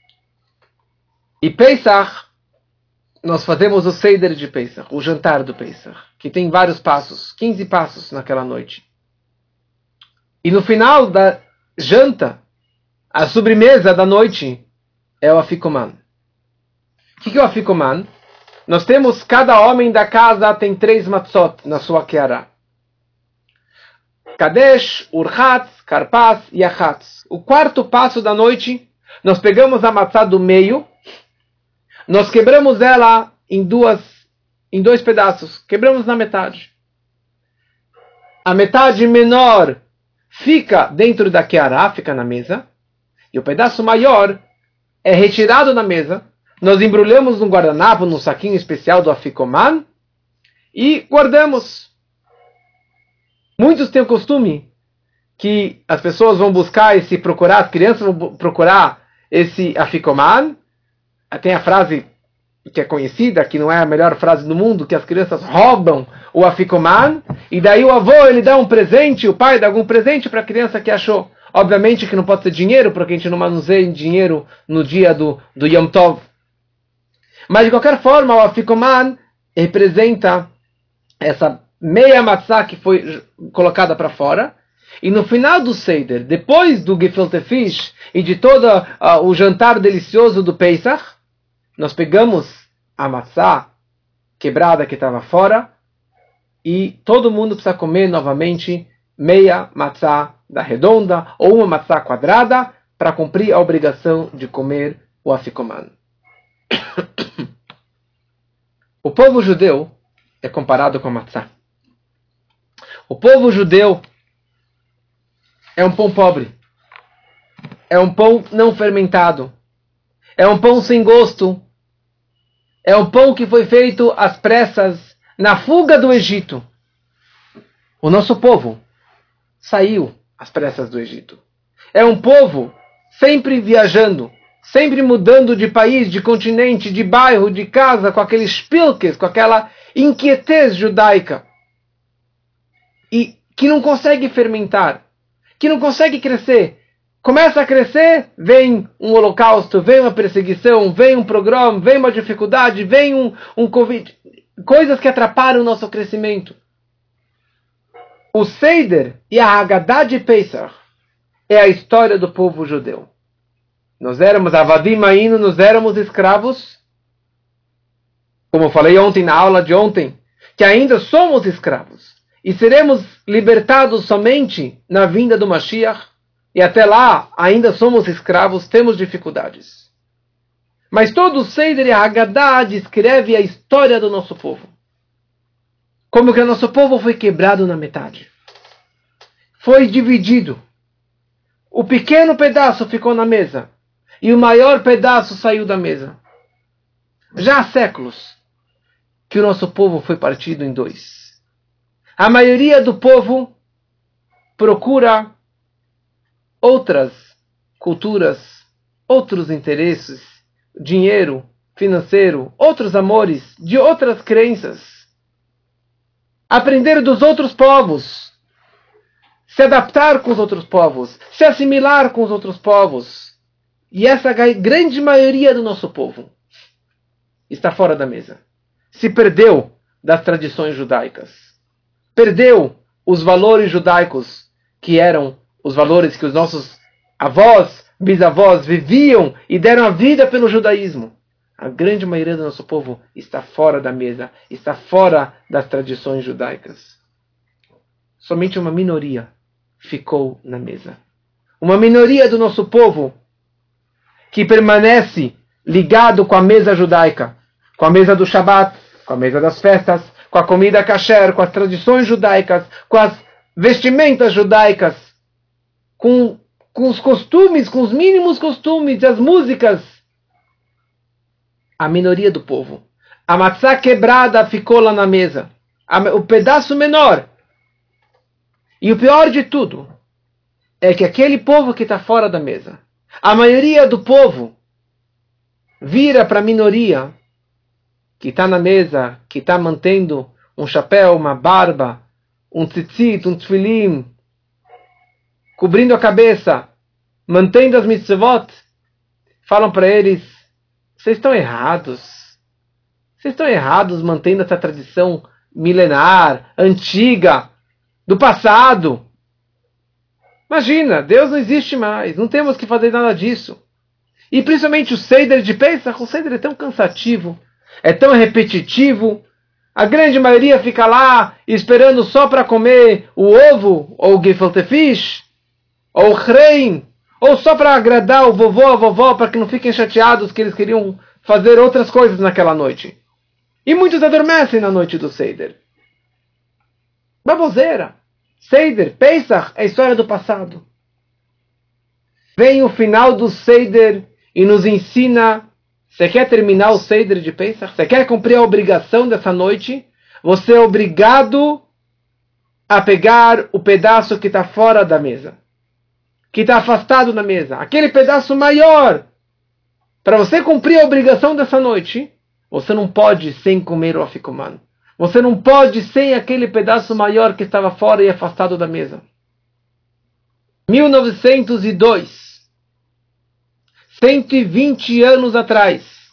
E Pesach, nós fazemos o Seder de Pesach, o jantar do Pesach, que tem vários passos, 15 passos naquela noite. E no final da janta, a sobremesa da noite é o Afikoman. O que é o Afikoman? Nós temos, cada homem da casa tem 3 matzot na sua keará. Kadesh, Urchatz, Karpas e Achatz. O 4º passo da noite, nós pegamos a matzá do meio, nós quebramos ela em 2 pedaços. Quebramos na metade. A metade menor fica dentro da keará, fica na mesa. E o pedaço maior é retirado da mesa. Nós embrulhamos num guardanapo, num saquinho especial do Afikoman, e guardamos. Muitos têm o costume que as pessoas vão buscar as crianças vão procurar esse Afikoman. Tem a frase que é conhecida, que não é a melhor frase do mundo, que as crianças roubam o Afikoman, e daí o avô ele dá um presente, o pai dá algum presente para a criança que achou. Obviamente que não pode ser dinheiro, porque a gente não manuseia dinheiro no dia do Yom Tov. Mas de qualquer forma, o Afikoman representa essa meia matzá que foi colocada para fora. E no final do Seder, depois do Gefilte Fish e de todo o jantar delicioso do Pesach, nós pegamos a matzá quebrada que estava fora e todo mundo precisa comer novamente meia matzá da redonda ou uma matzá quadrada para cumprir a obrigação de comer o afikoman. O povo judeu é comparado com a matzá. O povo judeu é um pão pobre. É um pão não fermentado. É um pão sem gosto. É um pão que foi feito às pressas na fuga do Egito. O nosso povo saiu às pressas do Egito. É um povo sempre viajando, sempre mudando de país, de continente, de bairro, de casa, com aqueles pilques, com aquela inquietez judaica. E que não consegue fermentar, que não consegue crescer. Começa a crescer, vem um holocausto, vem uma perseguição, vem um pogrom, vem uma dificuldade, vem um Covid. Coisas que atrapalham o nosso crescimento. O Seder e a Haggadah de Pesach é a história do povo judeu. Nós éramos avadim ainda, nós éramos escravos. Como eu falei ontem na aula de ontem, que ainda somos escravos. E seremos libertados somente na vinda do Mashiach. E até lá, ainda somos escravos, temos dificuldades. Mas todo o Seder e a Haggadah descreve a história do nosso povo. Como que o nosso povo foi quebrado na metade. Foi dividido. O pequeno pedaço ficou na mesa. E o maior pedaço saiu da mesa. Já há séculos que o nosso povo foi partido em dois. A maioria do povo procura outras culturas, outros interesses, dinheiro, financeiro, outros amores, de outras crenças. Aprender dos outros povos, se adaptar com os outros povos, se assimilar com os outros povos. E essa grande maioria do nosso povo está fora da mesa. Se perdeu das tradições judaicas. Perdeu os valores judaicos que eram os valores que os nossos avós, bisavós viviam e deram a vida pelo judaísmo. A grande maioria do nosso povo está fora da mesa, está fora das tradições judaicas. Somente uma minoria ficou na mesa. Uma minoria do nosso povo que permanece ligado com a mesa judaica, com a mesa do Shabat, com a mesa das festas, com a comida kasher, com as tradições judaicas, com as vestimentas judaicas, com os costumes, com os mínimos costumes, as músicas. A minoria do povo. A matzá quebrada ficou lá na mesa. O pedaço menor. E o pior de tudo é que aquele povo que está fora da mesa, a maioria do povo vira para a minoria que está na mesa, que está mantendo um chapéu, uma barba, um tzitzit, um tfilim, cobrindo a cabeça, mantendo as mitzvot, falam para eles, vocês estão errados. Vocês estão errados mantendo essa tradição milenar, antiga, do passado. Imagina, Deus não existe mais, não temos que fazer nada disso. E principalmente o Seder de Pesach, o Seder é tão cansativo, é tão repetitivo. A grande maioria fica lá esperando só para comer o ovo, ou o gefilte fish, ou o rein, ou só para agradar o vovô, a vovó, para que não fiquem chateados que eles queriam fazer outras coisas naquela noite. E muitos adormecem na noite do Seder. Baboseira. Seder, Pesach, é a história do passado. Vem o final do Seder e nos ensina, você quer terminar o Seder de Pesach? Você quer cumprir a obrigação dessa noite? Você é obrigado a pegar o pedaço que está fora da mesa, que está afastado da mesa, aquele pedaço maior. Para você cumprir a obrigação dessa noite, você não pode sem comer o afikoman. Você não pode sem aquele pedaço maior que estava fora e afastado da mesa. 1902, 120 anos atrás,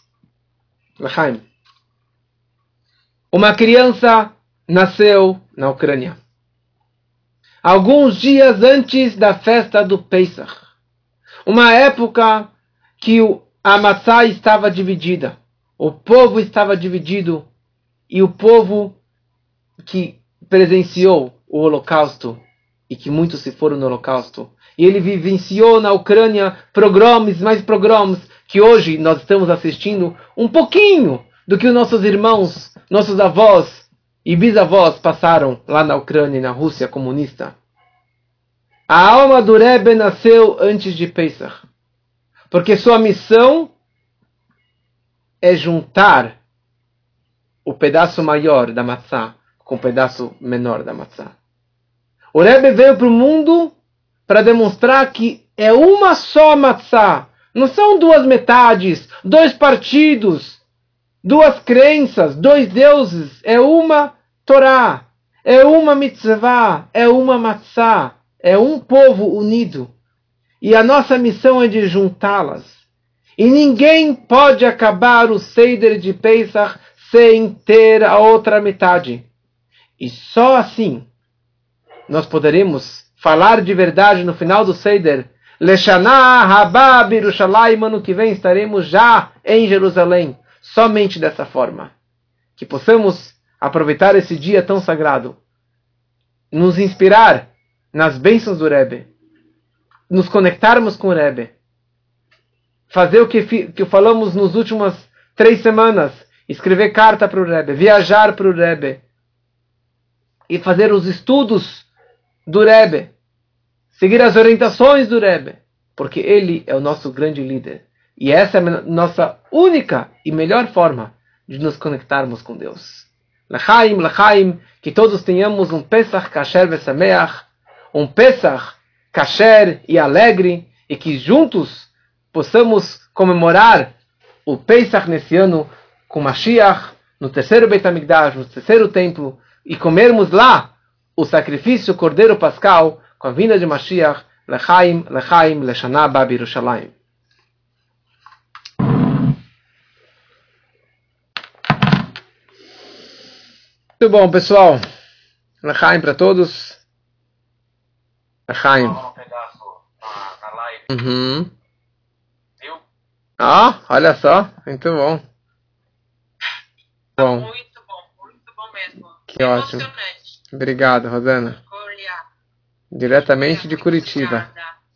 uma criança nasceu na Ucrânia. Alguns dias antes da festa do Pesach. Uma época que a matzá estava dividida. O povo estava dividido. E o povo que presenciou o holocausto e que muitos se foram no Holocausto. E ele vivenciou na Ucrânia pogroms, mais pogroms, que hoje nós estamos assistindo um pouquinho do que os nossos irmãos, nossos avós e bisavós passaram lá na Ucrânia e na Rússia comunista. A alma do Rebbe nasceu antes de Pesach, porque sua missão é juntar o pedaço maior da matzá com o pedaço menor da matzá. O Rebbe veio para o mundo para demonstrar que é uma só matzá. Não são duas metades, dois partidos, duas crenças, dois deuses. É uma Torá, é uma mitzvah, é uma matzá, é um povo unido. E a nossa missão é de juntá-las. E ninguém pode acabar o Seder de Pesach sem ter a outra metade. E só assim nós poderemos falar de verdade no final do Seder. Leshanah Haba Birushalayim, ano que vem estaremos já em Jerusalém. Somente dessa forma. Que possamos aproveitar esse dia tão sagrado. Nos inspirar nas bênçãos do Rebbe. Nos conectarmos com o Rebbe. Fazer o que falamos nas últimas 3 semanas. Escrever carta para o Rebbe. Viajar para o Rebbe. E fazer os estudos do Rebbe. Seguir as orientações do Rebbe. Porque ele é o nosso grande líder. E essa é a nossa única e melhor forma de nos conectarmos com Deus. L'chaim, l'chaim, que todos tenhamos um Pesach kasher vesameach, um Pesach kasher e alegre, e que juntos possamos comemorar o Pesach nesse ano com Mashiach, no terceiro Beit HaMikdash, no terceiro templo, e comermos lá o sacrifício Cordeiro Pascal com a vinda de Mashiach, l'chaim, l'chaim, l'Shana Ba Birushalayim. Muito bom, pessoal. L'chaim para todos. L'chaim. Uhum. Ah, olha só. Muito bom. Bom. Muito bom mesmo. Que ótimo. Obrigado, Rosana. Diretamente de Curitiba.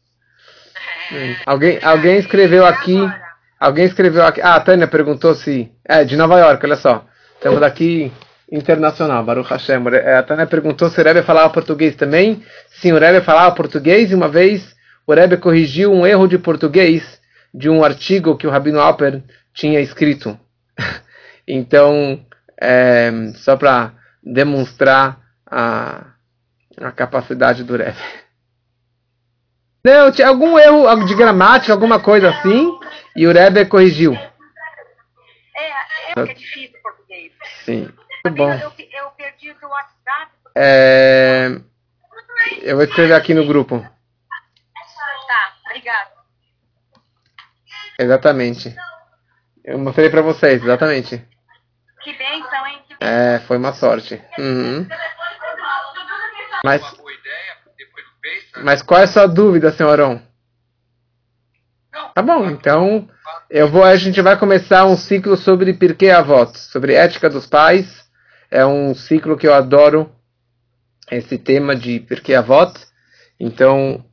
Alguém escreveu aqui. Ah, a Tânia perguntou se... de Nova York, olha só. Estamos daqui internacional, Baruch Hashem. A Tânia perguntou se o Rebbe falava português também. Sim, o Rebbe falava português. E uma vez o Rebbe corrigiu um erro de português de um artigo que o Rabino Alper tinha escrito. Então, só para demonstrar a capacidade do Rebbe. Não, tinha algum erro de gramática, alguma coisa assim, e o Rebbe corrigiu. É difícil o português. Sim, muito bom. Eu perdi do WhatsApp. Eu vou escrever aqui no grupo. Tá, obrigada. Exatamente. Eu mostrei para vocês, exatamente. Que bênção, hein? Foi uma sorte. Uhum. Mas qual é a sua dúvida, senhor Aron? Tá bom, então a gente vai começar um ciclo sobre Pirkei Avot, sobre ética dos pais. É um ciclo que eu adoro, esse tema de Pirkei Avot. Então,